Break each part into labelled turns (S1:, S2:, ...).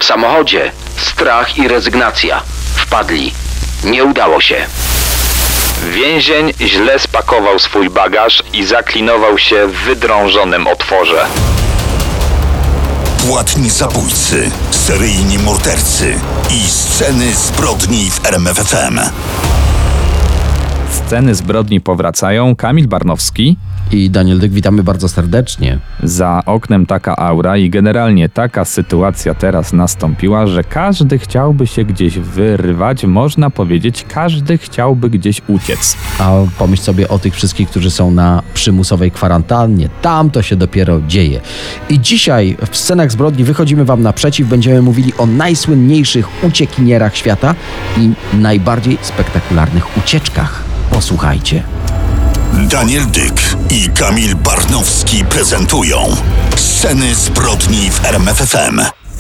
S1: W samochodzie strach i rezygnacja. Wpadli. Nie udało się.
S2: Więzień źle spakował swój bagaż i zaklinował się w wydrążonym otworze.
S3: Płatni zabójcy, seryjni mordercy i sceny zbrodni w RMF FM.
S4: Sceny zbrodni powracają. Kamil Barnowski
S5: i Daniel Dyk, witamy bardzo serdecznie.
S4: Za oknem taka aura i generalnie taka sytuacja teraz nastąpiła, że każdy chciałby się gdzieś wyrwać, można powiedzieć, każdy chciałby gdzieś uciec.
S5: A pomyśl sobie o tych wszystkich, którzy są na przymusowej kwarantannie. Tam to się dopiero dzieje. I dzisiaj w Scenach zbrodni wychodzimy wam naprzeciw, będziemy mówili o najsłynniejszych uciekinierach świata i najbardziej spektakularnych ucieczkach. Posłuchajcie.
S3: Daniel Dyk i Kamil Barnowski prezentują Sceny zbrodni w RMF FM.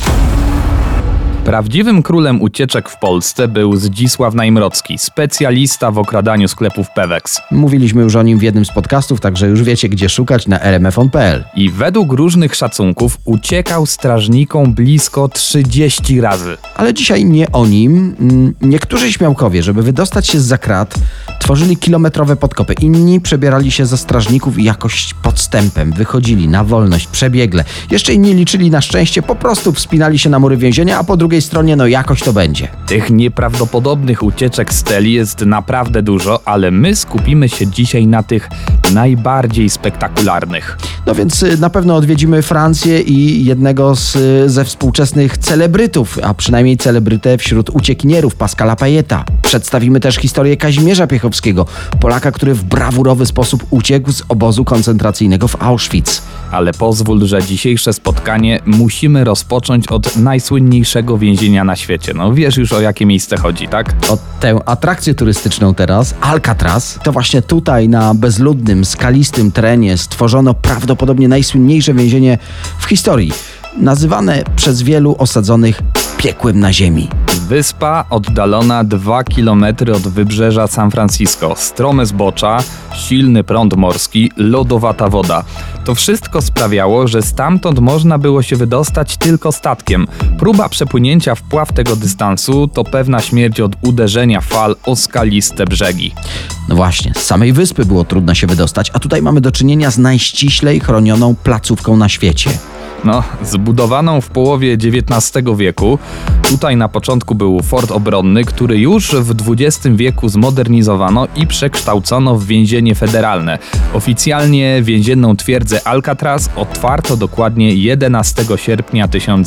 S4: Prawdziwym królem ucieczek w Polsce był Zdzisław Najmrocki, specjalista w okradaniu sklepów Pewex.
S5: Mówiliśmy już o nim w jednym z podcastów, także już wiecie, gdzie szukać na rmfon.pl.
S4: I według różnych szacunków uciekał strażnikom blisko 30 razy.
S5: Ale dzisiaj nie o nim. Niektórzy śmiałkowie, żeby wydostać się zza krat, tworzyli kilometrowe podkopy. Inni przebierali się za strażników i jakoś podstępem wychodzili na wolność przebiegle. Jeszcze inni liczyli na szczęście, po prostu wspinali się na mury więzienia, a po drugiej stronie jakoś to będzie.
S4: Tych nieprawdopodobnych ucieczek z celi jest naprawdę dużo, ale my skupimy się dzisiaj na tych najbardziej spektakularnych.
S5: No więc na pewno odwiedzimy Francję i jednego ze współczesnych celebrytów, a przynajmniej celebrytę wśród uciekinierów, Pascala Payeta. Przedstawimy też historię Kazimierza Piechowskiego, Polaka, który w brawurowy sposób uciekł z obozu koncentracyjnego w Auschwitz.
S4: Ale pozwól, że dzisiejsze spotkanie musimy rozpocząć od najsłynniejszego więzienia na świecie. No wiesz już, o jakie miejsce chodzi, tak?
S5: O tę atrakcję turystyczną teraz, Alcatraz. To właśnie tutaj na bezludnym, skalistym terenie stworzono prawdopodobnie najsłynniejsze więzienie w historii. Nazywane przez wielu osadzonych piekłem na ziemi.
S4: Wyspa oddalona 2 km od wybrzeża San Francisco. Strome zbocza, silny prąd morski, lodowata woda. To wszystko sprawiało, że stamtąd można było się wydostać tylko statkiem. Próba przepłynięcia wpław tego dystansu to pewna śmierć od uderzenia fal o skaliste brzegi.
S5: No właśnie, z samej wyspy było trudno się wydostać, a tutaj mamy do czynienia z najściślej chronioną placówką na świecie.
S4: No, zbudowaną w połowie XIX wieku. Tutaj na początku był fort obronny, który już w XX wieku zmodernizowano i przekształcono w więzienie federalne. Oficjalnie więzienną twierdzę Alcatraz otwarto dokładnie 11 sierpnia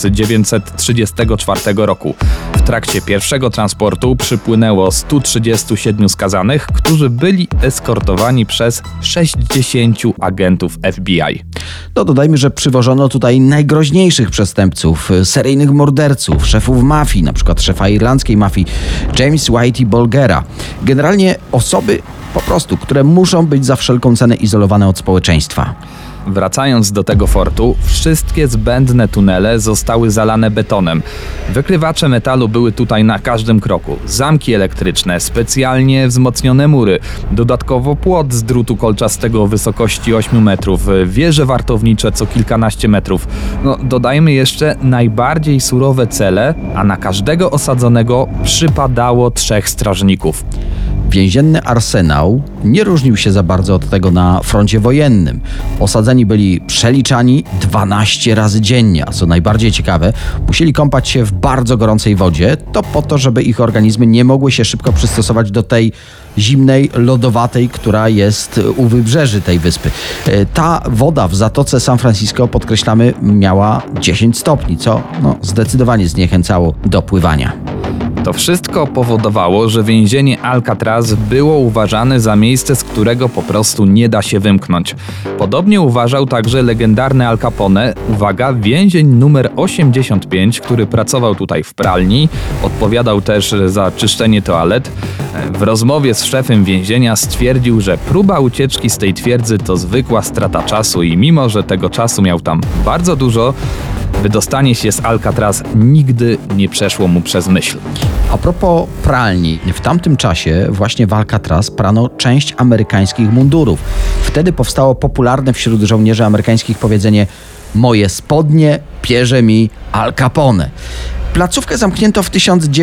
S4: 1934 roku. W trakcie pierwszego transportu przypłynęło 137 skazanych, którzy byli eskortowani przez 60 agentów FBI.
S5: No dodajmy, że przywożono tutaj najgroźniejszych przestępców, seryjnych morderców, szefów mafii, na przykład szefa irlandzkiej mafii James Whitey Bulgera. Generalnie osoby po prostu, które muszą być za wszelką cenę izolowane od społeczeństwa.
S4: Wracając do tego fortu, wszystkie zbędne tunele zostały zalane betonem. Wykrywacze metalu były tutaj na każdym kroku. Zamki elektryczne, specjalnie wzmocnione mury, dodatkowo płot z drutu kolczastego o wysokości 8 metrów, wieże wartownicze co kilkanaście metrów. No, dodajmy jeszcze najbardziej surowe cele, a na każdego osadzonego przypadało 3 strażników.
S5: Więzienny arsenał nie różnił się za bardzo od tego na froncie wojennym. Osadzeni byli przeliczani 12 razy dziennie, a co najbardziej ciekawe, musieli kąpać się w bardzo gorącej wodzie, to po to, żeby ich organizmy nie mogły się szybko przystosować do tej zimnej, lodowatej, która jest u wybrzeży tej wyspy. Ta woda w Zatoce San Francisco, podkreślamy, miała 10 stopni, co zdecydowanie zniechęcało do pływania.
S4: To wszystko powodowało, że więzienie Alcatraz było uważane za miejsce, z którego po prostu nie da się wymknąć. Podobnie uważał także legendarny Al Capone, uwaga, więzień numer 85, który pracował tutaj w pralni, odpowiadał też za czyszczenie toalet. W rozmowie z szefem więzienia stwierdził, że próba ucieczki z tej twierdzy to zwykła strata czasu i mimo, że tego czasu miał tam bardzo dużo, wydostanie się z Alcatraz nigdy nie przeszło mu przez myśl.
S5: A propos pralni, w tamtym czasie właśnie w Alcatraz prano część amerykańskich mundurów. Wtedy powstało popularne wśród żołnierzy amerykańskich powiedzenie Moje spodnie pierze mi Al Capone. Placówkę zamknięto w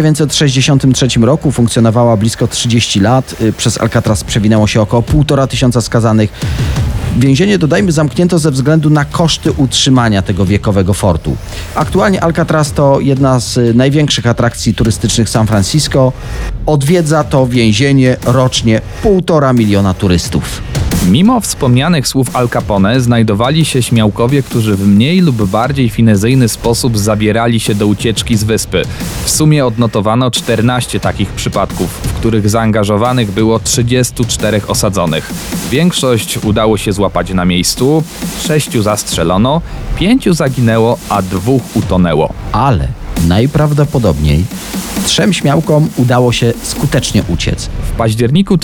S5: 1963 roku, funkcjonowała blisko 30 lat. Przez Alcatraz przewinęło się około 1500 skazanych. Więzienie, dodajmy, zamknięto ze względu na koszty utrzymania tego wiekowego fortu. Aktualnie Alcatraz to jedna z największych atrakcji turystycznych San Francisco. Odwiedza to więzienie rocznie 1,5 miliona turystów.
S4: Mimo wspomnianych słów Al Capone znajdowali się śmiałkowie, którzy w mniej lub bardziej finezyjny sposób zabierali się do ucieczki z wyspy. W sumie odnotowano 14 takich przypadków, w których zaangażowanych było 34 osadzonych. Większość udało się złapać na miejscu, 6 zastrzelono, 5 zaginęło, a 2 utonęło.
S5: Ale najprawdopodobniej 3 śmiałkom udało się skutecznie uciec.
S4: W październiku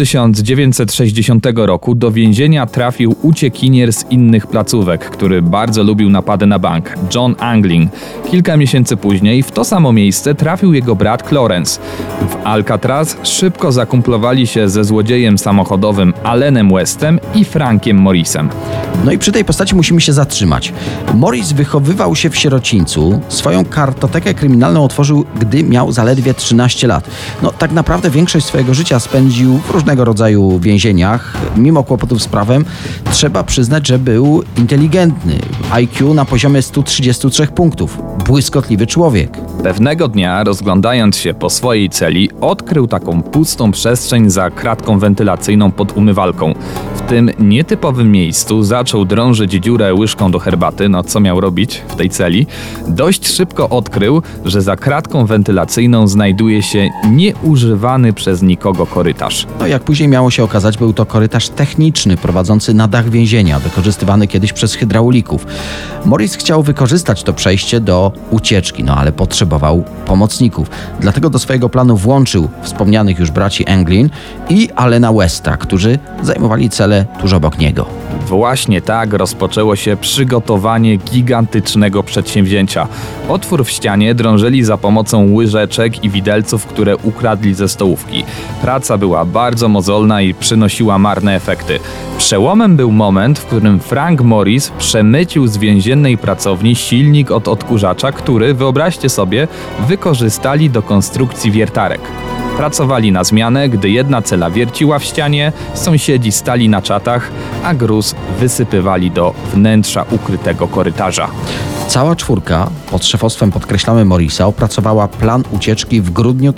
S4: 1960 roku do więzienia trafił uciekinier z innych placówek, który bardzo lubił napady na bank, John Anglin. Kilka miesięcy później w to samo miejsce trafił jego brat Clarence. W Alcatraz szybko zakumplowali się ze złodziejem samochodowym Allenem Westem i Frankiem Morrisem.
S5: No i przy tej postaci musimy się zatrzymać. Morris wychowywał się w sierocińcu. Swoją kartotekę kryminalną otworzył, gdy miał zaledwie 13 lat. No tak naprawdę większość swojego życia spędził w różnego rodzaju więzieniach. Mimo kłopotów z prawem trzeba przyznać, że był inteligentny. IQ na poziomie 133 punktów. Błyskotliwy człowiek.
S4: Pewnego dnia, rozglądając się po swojej celi, odkrył taką pustą przestrzeń za kratką wentylacyjną pod umywalką. W tym nietypowym miejscu zaczął drążyć dziurę łyżką do herbaty, no co miał robić w tej celi. Dość szybko odkrył, że za kratką wentylacyjną znajduje się nieużywany przez nikogo korytarz.
S5: No jak później miało się okazać, był to korytarz techniczny prowadzący na dach więzienia, wykorzystywany kiedyś przez hydraulików. Morris chciał wykorzystać to przejście do ucieczki, no ale potrzebował pomocników. Dlatego do swojego planu włączył wspomnianych już braci Anglin i Allena Westa, którzy zajmowali cele tuż obok niego.
S4: Właśnie tak rozpoczęło się przygotowanie gigantycznego przedsięwzięcia. Otwór w ścianie drążyli za pomocą łyżeczek i widelców, które ukradli ze stołówki. Praca była bardzo mozolna i przynosiła marne efekty. Przełomem był moment, w którym Frank Morris przemycił z więziennej pracowni silnik od odkurzacza, który, wyobraźcie sobie, wykorzystali do konstrukcji wiertarek. Pracowali na zmianę, gdy jedna cela wierciła w ścianie, sąsiedzi stali na czatach, a gruz wysypywali do wnętrza ukrytego korytarza.
S5: Cała czwórka, pod szefostwem, podkreślamy, Morrisa, opracowała plan ucieczki w grudniu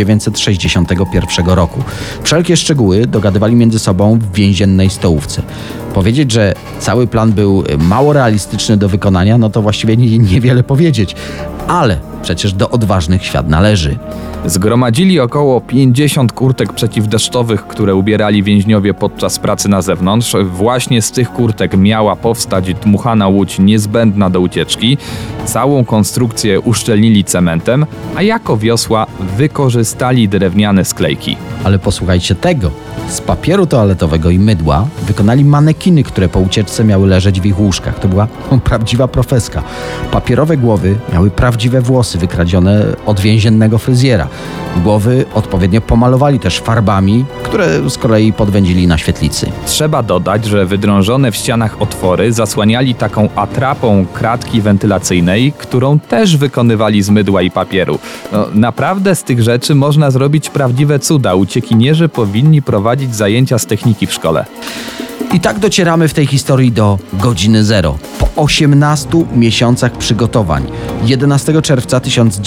S5: 1961 roku. Wszelkie szczegóły dogadywali między sobą w więziennej stołówce. Powiedzieć, że cały plan był mało realistyczny do wykonania, no to właściwie niewiele powiedzieć. Ale przecież do odważnych świat należy.
S4: Zgromadzili około 50 kurtek przeciwdeszczowych, które ubierali więźniowie podczas pracy na zewnątrz. Właśnie z tych kurtek miała powstać dmuchana łódź niezbędna do ucieczki. Całą konstrukcję uszczelnili cementem, a jako wiosła wykorzystali drewniane sklejki.
S5: Ale posłuchajcie tego. Z papieru toaletowego i mydła wykonali manekiny, które po ucieczce miały leżeć w ich łóżkach. To była prawdziwa profeska. Papierowe głowy miały prawdziwe włosy wykradzione od więziennego fryzjera. Głowy odpowiednio pomalowali też farbami, które z kolei podwędzili na świetlicy.
S4: Trzeba dodać, że wydrążone w ścianach otwory zasłaniali taką atrapą kratki wentylacyjnej, którą też wykonywali z mydła i papieru. No, naprawdę z tych rzeczy można zrobić prawdziwe cuda. Uciekinierzy powinni prowadzić zajęcia z techniki w szkole.
S5: I tak docieramy w tej historii do godziny zero. Po 18 miesiącach przygotowań, 11 czerwca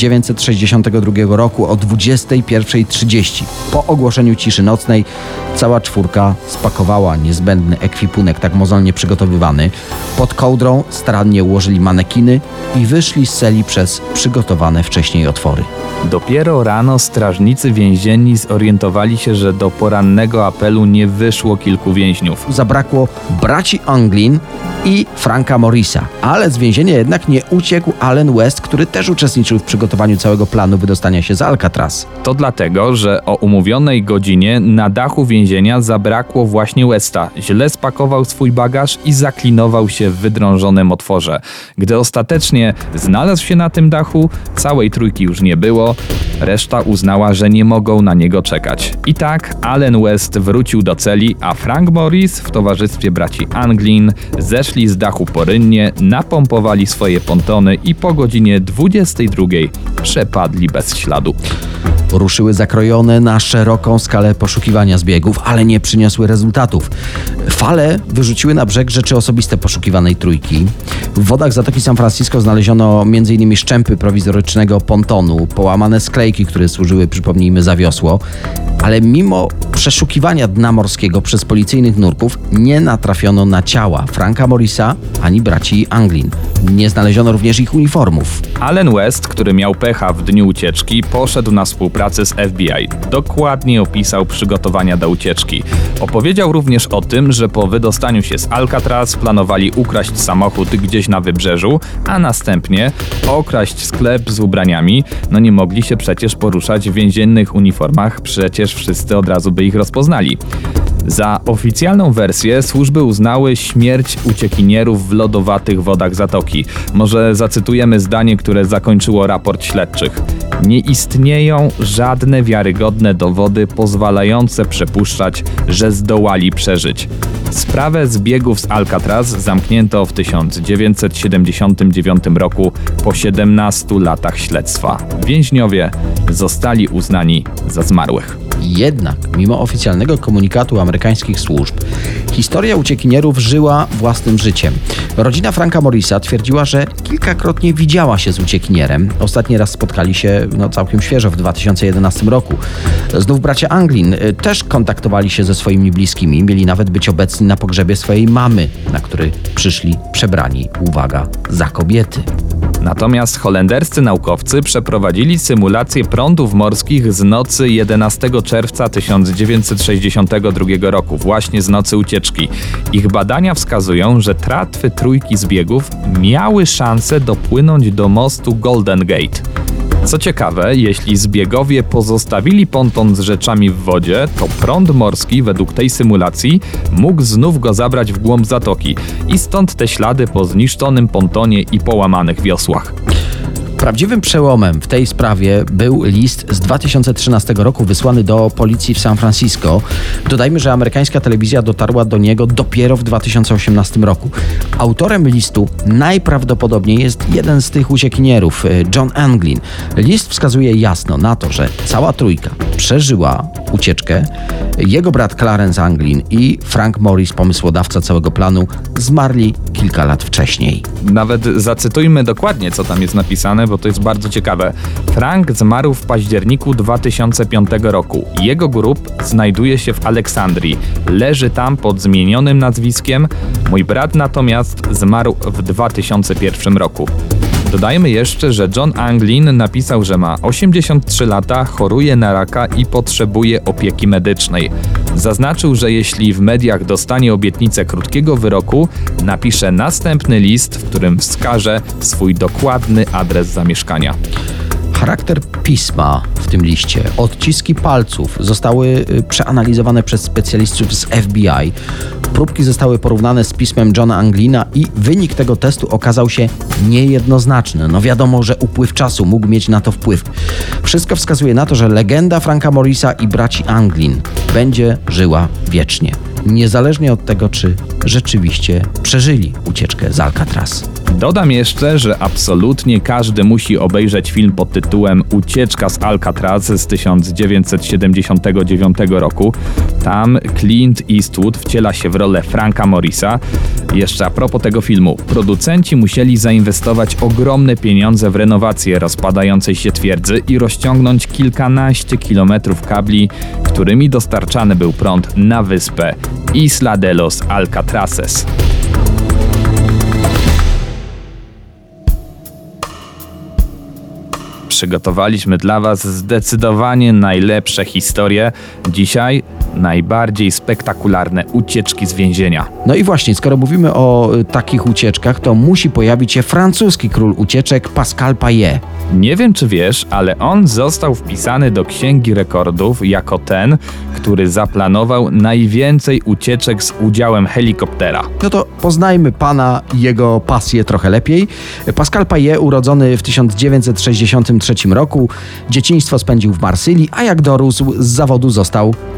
S5: 1962 roku o 21:30, po ogłoszeniu ciszy nocnej, cała czwórka spakowała niezbędny ekwipunek tak mozolnie przygotowywany. Pod kołdrą starannie ułożyli manekiny i wyszli z celi przez przygotowane wcześniej otwory.
S4: Dopiero rano strażnicy więzienni zorientowali się, że do porannego apelu nie wyszło kilku więźniów.
S5: Zabrakło braci Anglin i Franka Morrisa, ale z więzienia jednak nie uciekł Allen West, który też uczestniczył w przygotowaniu całego planu wydostania się z Alcatraz.
S4: To dlatego, że o umówionej godzinie na dachu więzienia zabrakło właśnie Westa. Źle spakował swój bagaż i zaklinował się w wydrążonym otworze. Gdy ostatecznie znalazł się na tym dachu, całej trójki już nie było. Reszta uznała, że nie mogą na niego czekać. I tak Allen West wrócił do celi, a Frank Morris w to towarzystwie braci Anglin zeszli z dachu po rynnie, napompowali swoje pontony i po godzinie 22 przepadli bez śladu.
S5: Ruszyły zakrojone na szeroką skalę poszukiwania zbiegów, ale nie przyniosły rezultatów. Fale wyrzuciły na brzeg rzeczy osobiste poszukiwanej trójki. W wodach Zatoki San Francisco znaleziono m.in. szczępy prowizorycznego pontonu, połamane sklejki, które służyły, przypomnijmy, za wiosło. Ale mimo przeszukiwania dna morskiego przez policyjnych nurków nie natrafiono na ciała Franka Morrisa ani braci Anglin. Nie znaleziono również ich uniformów.
S4: Allen West, który miał pecha w dniu ucieczki, poszedł na współpracę z FBI. Dokładnie opisał przygotowania do ucieczki. Opowiedział również o tym, że po wydostaniu się z Alcatraz planowali ukraść samochód gdzieś na wybrzeżu, a następnie okraść sklep z ubraniami. No nie mogli się przecież poruszać w więziennych uniformach, przecież wszyscy od razu by ich rozpoznali. Za oficjalną wersję służby uznały śmierć uciekinierów w lodowatych wodach zatoki. Może zacytujemy zdanie, które zakończyło raport śledczych. Nie istnieją żadne wiarygodne dowody pozwalające przypuszczać, że zdołali przeżyć. Sprawę zbiegów z Alcatraz zamknięto w 1979 roku po 17 latach śledztwa. Więźniowie zostali uznani za zmarłych.
S5: Jednak, mimo oficjalnego komunikatu amerykańskich służb, historia uciekinierów żyła własnym życiem. Rodzina Franka Morrisa twierdziła, że kilkakrotnie widziała się z uciekinierem. Ostatni raz spotkali się całkiem świeżo, w 2011 roku. Znów bracia Anglin też kontaktowali się ze swoimi bliskimi. Mieli nawet być obecni na pogrzebie swojej mamy, na który przyszli przebrani, uwaga, za kobiety.
S4: Natomiast holenderscy naukowcy przeprowadzili symulację prądów morskich z nocy 11 czerwca 1962 roku, właśnie z nocy ucieczki. Ich badania wskazują, że tratwy trójki zbiegów miały szansę dopłynąć do mostu Golden Gate. Co ciekawe, jeśli zbiegowie pozostawili ponton z rzeczami w wodzie, to prąd morski według tej symulacji mógł znów go zabrać w głąb zatoki i stąd te ślady po zniszczonym pontonie i połamanych wiosłach.
S5: Prawdziwym przełomem w tej sprawie był list z 2013 roku wysłany do policji w San Francisco. Dodajmy, że amerykańska telewizja dotarła do niego dopiero w 2018 roku. Autorem listu najprawdopodobniej jest jeden z tych uciekinierów, John Anglin. List wskazuje jasno na to, że cała trójka przeżyła ucieczkę. Jego brat Clarence Anglin i Frank Morris, pomysłodawca całego planu, zmarli kilka lat wcześniej.
S4: Nawet zacytujmy dokładnie, co tam jest napisane, bo to jest bardzo ciekawe. Frank zmarł w październiku 2005 roku. Jego grób znajduje się w Aleksandrii. Leży tam pod zmienionym nazwiskiem. Mój brat natomiast zmarł w 2001 roku. Dodajmy jeszcze, że John Anglin napisał, że ma 83 lata, choruje na raka i potrzebuje opieki medycznej. Zaznaczył, że jeśli w mediach dostanie obietnicę krótkiego wyroku, napisze następny list, w którym wskaże swój dokładny adres zamieszkania.
S5: Charakter pisma w tym liście, odciski palców zostały przeanalizowane przez specjalistów z FBI. Próbki zostały porównane z pismem Johna Anglina i wynik tego testu okazał się niejednoznaczny. Wiadomo, że upływ czasu mógł mieć na to wpływ. Wszystko wskazuje na to, że legenda Franka Morrisa i braci Anglin będzie żyła wiecznie. Niezależnie od tego, czy rzeczywiście przeżyli ucieczkę z Alcatraz.
S4: Dodam jeszcze, że absolutnie każdy musi obejrzeć film pod tytułem Ucieczka z Alcatraz z 1979 roku. Tam Clint Eastwood wciela się w rolę Franka Morrisa. Jeszcze a propos tego filmu, producenci musieli zainwestować ogromne pieniądze w renowację rozpadającej się twierdzy i rozciągnąć kilkanaście kilometrów kabli, którymi dostarczany był prąd na wyspę Isla de los Alcatraces. Przygotowaliśmy dla Was zdecydowanie najlepsze historie. Dzisiaj najbardziej spektakularne ucieczki z więzienia.
S5: No i właśnie, skoro mówimy o takich ucieczkach, to musi pojawić się francuski król ucieczek Pascal Paillet.
S4: Nie wiem, czy wiesz, ale on został wpisany do Księgi Rekordów jako ten, który zaplanował najwięcej ucieczek z udziałem helikoptera.
S5: No to poznajmy pana i jego pasję trochę lepiej. Pascal Paillet, urodzony w 1963 roku, dzieciństwo spędził w Marsylii, a jak dorósł, z zawodu został kryminalistą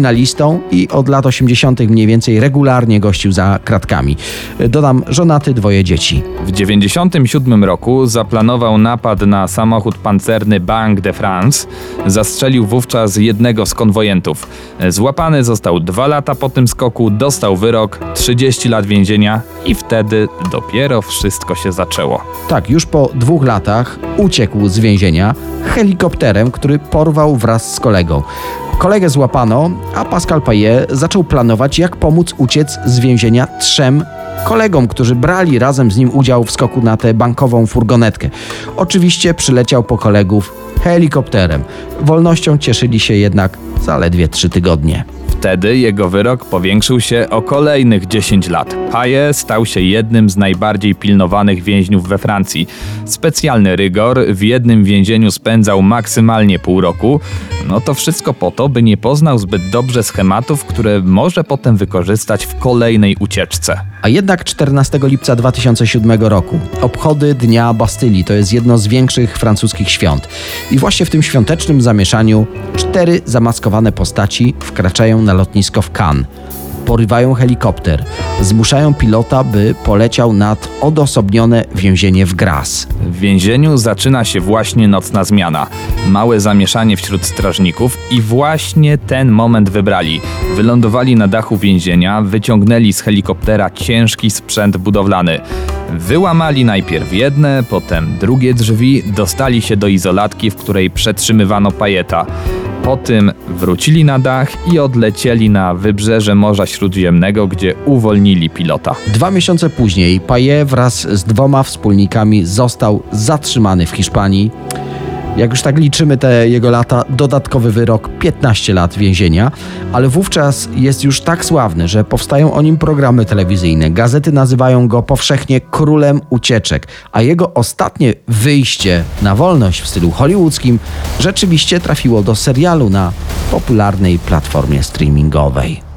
S5: kryminalistą i od lat 80. mniej więcej regularnie gościł za kratkami. Dodam, żonaty, 2 dzieci.
S4: W 1997 roku zaplanował napad na samochód pancerny Banque de France. Zastrzelił wówczas jednego z konwojentów. Złapany został 2 lata po tym skoku, dostał wyrok 30 lat więzienia i wtedy dopiero wszystko się zaczęło.
S5: Tak, już po 2 latach uciekł z więzienia helikopterem, który porwał wraz z kolegą. Kolegę złapano, a Pascal Payet zaczął planować, jak pomóc uciec z więzienia 3 kolegom, którzy brali razem z nim udział w skoku na tę bankową furgonetkę. Oczywiście przyleciał po kolegów helikopterem. Wolnością cieszyli się jednak zaledwie 3 tygodnie.
S4: Wtedy jego wyrok powiększył się o kolejnych 10 lat. Payet stał się jednym z najbardziej pilnowanych więźniów we Francji. Specjalny rygor, w jednym więzieniu spędzał maksymalnie pół roku. No to wszystko po to, by nie poznał zbyt dobrze schematów, które może potem wykorzystać w kolejnej ucieczce.
S5: A jednak 14 lipca 2007 roku obchody Dnia Bastylii to jest jedno z większych francuskich świąt. I właśnie w tym świątecznym zamieszaniu 4 zamaskowane postaci wkraczają na lotnisko w Cannes. Porywają helikopter, zmuszają pilota, by poleciał nad odosobnione więzienie w Grasse.
S4: W więzieniu zaczyna się właśnie nocna zmiana. Małe zamieszanie wśród strażników i właśnie ten moment wybrali. Wylądowali na dachu więzienia, wyciągnęli z helikoptera ciężki sprzęt budowlany. Wyłamali najpierw jedne, potem drugie drzwi, dostali się do izolatki, w której przetrzymywano Payeta. Po tym wrócili na dach i odlecieli na wybrzeże Morza Śródziemnego, gdzie uwolnili pilota.
S5: 2 miesiące później Payet wraz z 2 wspólnikami został zatrzymany w Hiszpanii. Jak już tak liczymy te jego lata, dodatkowy wyrok 15 lat więzienia, ale wówczas jest już tak sławny, że powstają o nim programy telewizyjne. Gazety nazywają go powszechnie królem ucieczek, a jego ostatnie wyjście na wolność w stylu hollywoodzkim rzeczywiście trafiło do serialu na popularnej platformie streamingowej.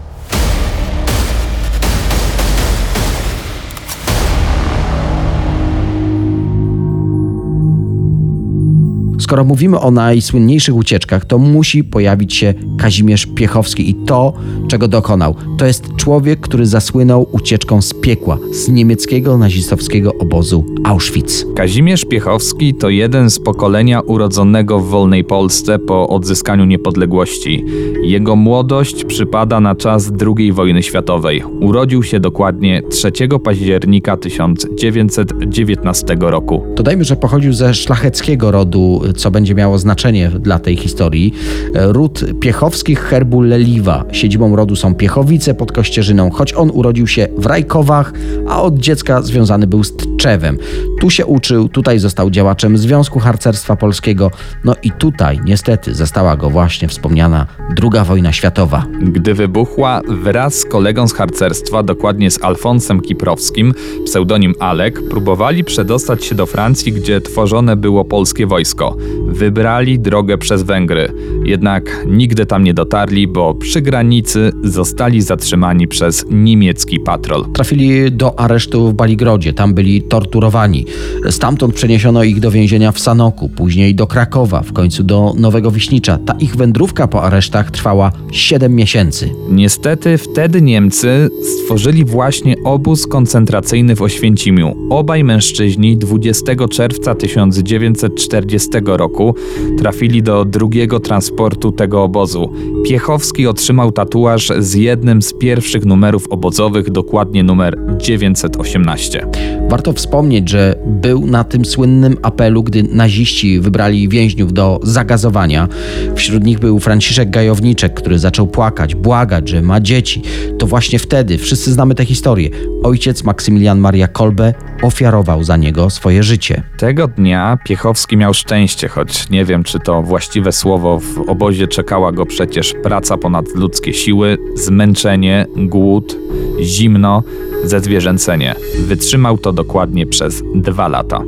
S5: Skoro mówimy o najsłynniejszych ucieczkach, to musi pojawić się Kazimierz Piechowski i to, czego dokonał. To jest człowiek, który zasłynął ucieczką z piekła, z niemieckiego nazistowskiego obozu Auschwitz.
S4: Kazimierz Piechowski to jeden z pokolenia urodzonego w wolnej Polsce po odzyskaniu niepodległości. Jego młodość przypada na czas II wojny światowej. Urodził się dokładnie 3 października 1919 roku.
S5: Dodajmy, że pochodził ze szlacheckiego rodu, co będzie miało znaczenie dla tej historii. Ród Piechowskich herbu Leliwa. Siedzibą rodu są Piechowice pod Kościerzyną, choć on urodził się w Rajkowach, a od dziecka związany był z Tczewem. Tu się uczył, tutaj został działaczem Związku Harcerstwa Polskiego, no i tutaj niestety zastała go właśnie wspomniana II wojna światowa.
S4: Gdy wybuchła, wraz z kolegą z harcerstwa, dokładnie z Alfonsem Kiprowskim, pseudonim Alek, próbowali przedostać się do Francji, gdzie tworzone było polskie wojsko. Wybrali drogę przez Węgry, jednak nigdy tam nie dotarli, bo przy granicy zostali zatrzymani przez niemiecki patrol.
S5: Trafili do aresztu w Baligrodzie, tam byli torturowani. Stamtąd przeniesiono ich do więzienia w Sanoku, później do Krakowa, w końcu do Nowego Wiśnicza. Ta ich wędrówka po aresztach trwała 7 miesięcy.
S4: Niestety wtedy Niemcy stworzyli właśnie obóz koncentracyjny w Oświęcimiu. Obaj mężczyźni 20 czerwca 1940 roku trafili do drugiego transportu tego obozu. Piechowski otrzymał tatuaż z jednym z pierwszych numerów obozowych, dokładnie numer 918.
S5: Warto wspomnieć, że był na tym słynnym apelu, gdy naziści wybrali więźniów do zagazowania. Wśród nich był Franciszek Gajowniczek, który zaczął płakać, błagać, że ma dzieci. To właśnie wtedy, wszyscy znamy tę historię, ojciec Maksymilian Maria Kolbe ofiarował za niego swoje życie.
S4: Tego dnia Piechowski miał szczęście, choć nie wiem, czy to właściwe słowo. W obozie czekała go przecież praca ponad ludzkie siły, zmęczenie, głód, zimno, zezwierzęcenie. Wytrzymał to dokładnie przez 2 lata.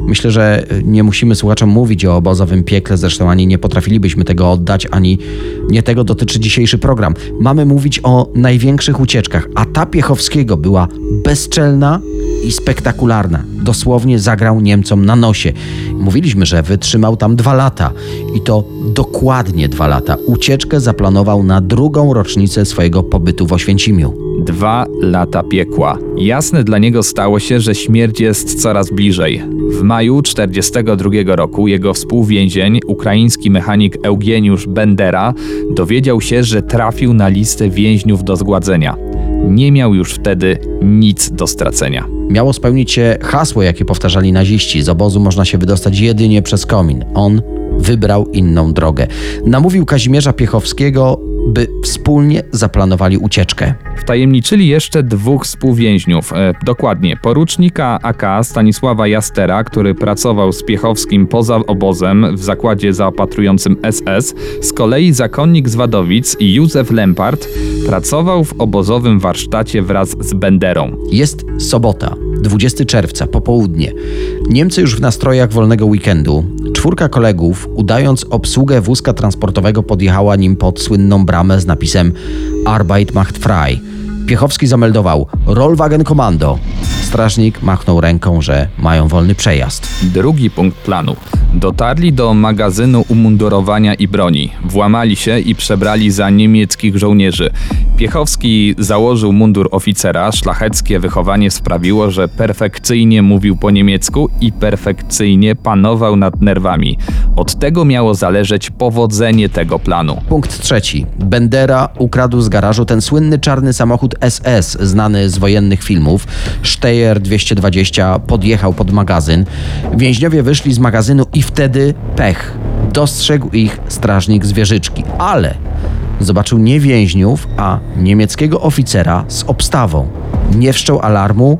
S5: Myślę, że nie musimy słuchaczom mówić o obozowym piekle, zresztą ani nie potrafilibyśmy tego oddać, ani nie tego dotyczy dzisiejszy program. Mamy mówić o największych ucieczkach, a ta Piechowskiego była bezczelna i spektakularna. Dosłownie zagrał Niemcom na nosie. Mówiliśmy, że wytrzymał tam 2 lata i to dokładnie 2 lata. Ucieczkę zaplanował na 2. rocznicę swojego pobytu w Oświęcimiu.
S4: 2 lata piekła. Jasne dla niego stało się, że śmierć jest coraz bliżej. W maju 1942 roku jego współwięzień, ukraiński mechanik Eugeniusz Bendera, dowiedział się, że trafił na listę więźniów do zgładzenia. Nie miał już wtedy nic do stracenia.
S5: Miało spełnić się hasło, jakie powtarzali naziści. Z obozu można się wydostać jedynie przez komin. On wybrał inną drogę. Namówił Kazimierza Piechowskiego, by wspólnie zaplanowali ucieczkę.
S4: Wtajemniczyli jeszcze 2 współwięźniów, dokładnie porucznika AK Stanisława Jastera, który pracował z Piechowskim poza obozem w zakładzie zaopatrującym SS. Z kolei zakonnik z Wadowic Józef Lempart pracował w obozowym warsztacie wraz z Benderą.
S5: Jest sobota, 20 czerwca, popołudnie. Niemcy już w nastrojach wolnego weekendu. 4 kolegów, udając obsługę wózka transportowego, podjechała nim pod słynną bramę z napisem Arbeit macht frei. Piechowski zameldował Rollwagen Kommando. Strażnik machnął ręką, że mają wolny przejazd.
S4: 2. punkt planu. Dotarli do magazynu umundurowania i broni. Włamali się i przebrali za niemieckich żołnierzy. Piechowski założył mundur oficera. Szlacheckie wychowanie sprawiło, że perfekcyjnie mówił po niemiecku i perfekcyjnie panował nad nerwami. Od tego miało zależeć powodzenie tego planu.
S5: Punkt 3. Bendera ukradł z garażu ten słynny czarny samochód SS, znany z wojennych filmów. Steyr 220 podjechał pod magazyn. Więźniowie wyszli z magazynu i wtedy pech. Dostrzegł ich strażnik z wieżyczki, ale zobaczył nie więźniów, a niemieckiego oficera z obstawą. Nie wszczął alarmu,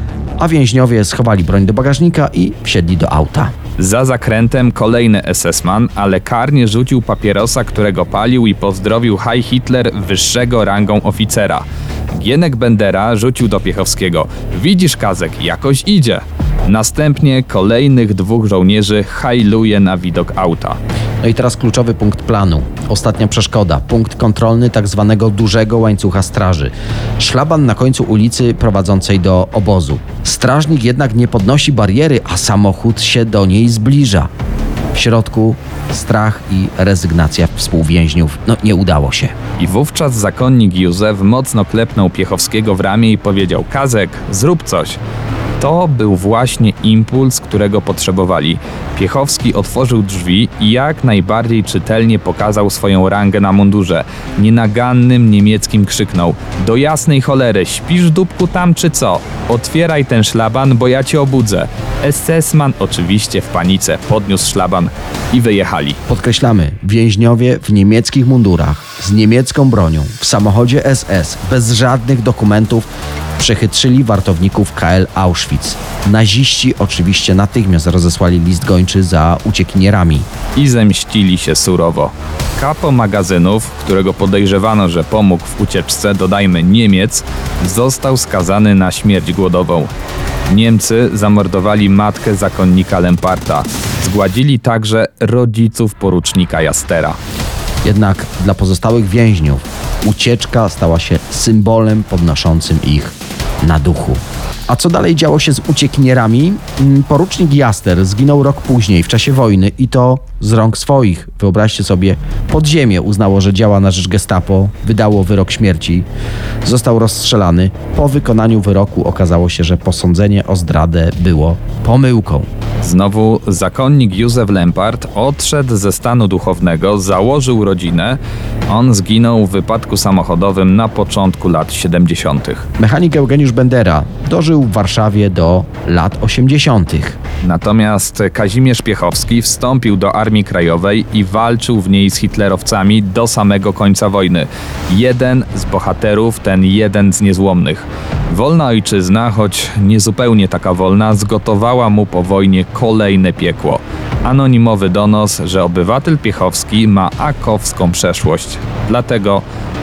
S5: a więźniowie schowali broń do bagażnika i wsiedli do auta.
S4: Za zakrętem kolejny SS-man, ale karnie rzucił papierosa, którego palił i pozdrowił Heil Hitler wyższego rangą oficera. Gienek Bendera rzucił do Piechowskiego: widzisz, Kazek, jakoś idzie. Następnie kolejnych 2 żołnierzy hajluje na widok auta.
S5: No i teraz kluczowy punkt planu. Ostatnia przeszkoda. Punkt kontrolny tak zwanego dużego łańcucha straży. Szlaban na końcu ulicy prowadzącej do obozu. Strażnik jednak nie podnosi bariery, a samochód się do niej zbliża. W środku strach i rezygnacja współwięźniów. Nie udało się.
S4: I wówczas zakonnik Józef mocno klepnął Piechowskiego w ramię i powiedział: Kazek, zrób coś. To był właśnie impuls, którego potrzebowali. Piechowski otworzył drzwi i jak najbardziej czytelnie pokazał swoją rangę na mundurze. Nienagannym niemieckim krzyknął: do jasnej cholery, śpisz, dupku, tam czy co? Otwieraj ten szlaban, bo ja cię obudzę. SS-man oczywiście w panice podniósł szlaban i wyjechali.
S5: Podkreślamy, więźniowie w niemieckich mundurach, z niemiecką bronią, w samochodzie SS, bez żadnych dokumentów, przechytrzyli wartowników KL Auschwitz. Naziści oczywiście natychmiast rozesłali list gończy za uciekinierami.
S4: I zemścili się surowo. Kapo magazynów, którego podejrzewano, że pomógł w ucieczce, dodajmy Niemiec, został skazany na śmierć głodową. Niemcy zamordowali matkę zakonnika Lemparta. Zgładzili także rodziców porucznika Jastera.
S5: Jednak dla pozostałych więźniów ucieczka stała się symbolem podnoszącym ich na duchu. A co dalej działo się z uciekinierami? Porucznik Jaster zginął rok później w czasie wojny i to z rąk swoich. Wyobraźcie sobie, podziemie uznało, że działa na rzecz Gestapo, wydało wyrok śmierci. Został rozstrzelany. Po wykonaniu wyroku okazało się, że posądzenie o zdradę było pomyłką.
S4: Znowu zakonnik Józef Lempart odszedł ze stanu duchownego, założył rodzinę. On zginął w wypadku samochodowym na początku lat 70.
S5: Mechanik Eugeniusz Bendera dożył w Warszawie do lat 80.
S4: Natomiast Kazimierz Piechowski wstąpił do Armii Krajowej i walczył w niej z hitlerowcami do samego końca wojny. Jeden z bohaterów, ten jeden z niezłomnych. Wolna ojczyzna, choć niezupełnie taka wolna, zgotowała mu po wojnie kolejne piekło. Anonimowy donos, że obywatel Piechowski ma akowską przeszłość. Dlatego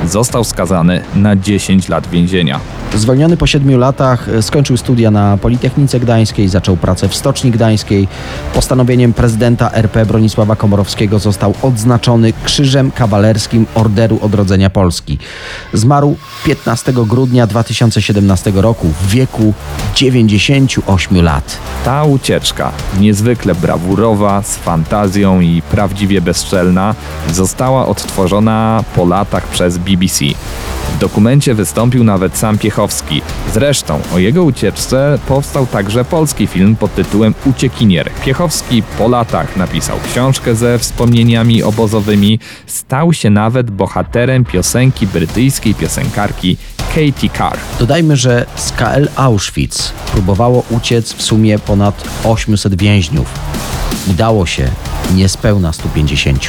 S4: został skazany na 10 lat więzienia.
S5: Zwolniony po 7 latach skończył studia na Politechnice Gdańskiej, zaczął pracę w Stoczni Gdańskiej. Postanowieniem prezydenta RP Bronisława Komorowskiego został odznaczony Krzyżem Kawalerskim Orderu Odrodzenia Polski. Zmarł 15 grudnia 2017 roku w wieku 98 lat.
S4: Ta ucieczka, niezwykle brawurowa, z fantazją i prawdziwie bezczelna, została odtworzona po latach przez BBC. W dokumencie wystąpił nawet sam Piechowski. Zresztą o jego ucieczce powstał także polski film pod tytułem Uciekinier. Piechowski po latach napisał książkę ze wspomnieniami obozowymi, stał się nawet bohaterem piosenki brytyjskiej piosenkarki Katie Carr.
S5: Dodajmy, że z KL Auschwitz próbowało uciec w sumie ponad 800 więźniów. Udało się niespełna 150.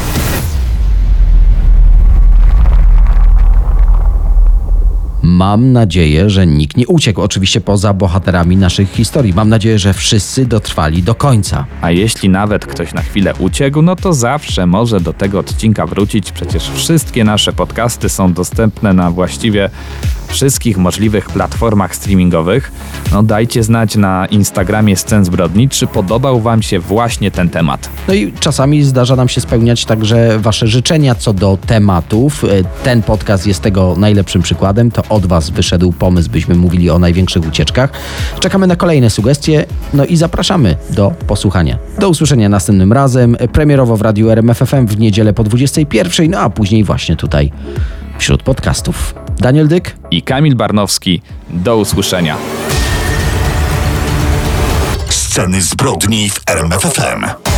S5: Mam nadzieję, że nikt nie uciekł, oczywiście poza bohaterami naszych historii. Mam nadzieję, że wszyscy dotrwali do końca.
S4: A jeśli nawet ktoś na chwilę uciekł, no to zawsze może do tego odcinka wrócić. Przecież wszystkie nasze podcasty są dostępne na właściwie wszystkich możliwych platformach streamingowych. No dajcie znać na Instagramie Scen Zbrodni, czy podobał wam się właśnie ten temat.
S5: No i czasami zdarza nam się spełniać także wasze życzenia co do tematów. Ten podcast jest tego najlepszym przykładem. To od was wyszedł pomysł, byśmy mówili o największych ucieczkach. Czekamy na kolejne sugestie, no i zapraszamy do posłuchania. Do usłyszenia następnym razem, premierowo w Radiu RMF FM w niedzielę po 21:00, no a później właśnie tutaj wśród podcastów. Daniel Dyk
S4: i Kamil Barnowski. Do usłyszenia.
S3: Sceny zbrodni w RMF FM.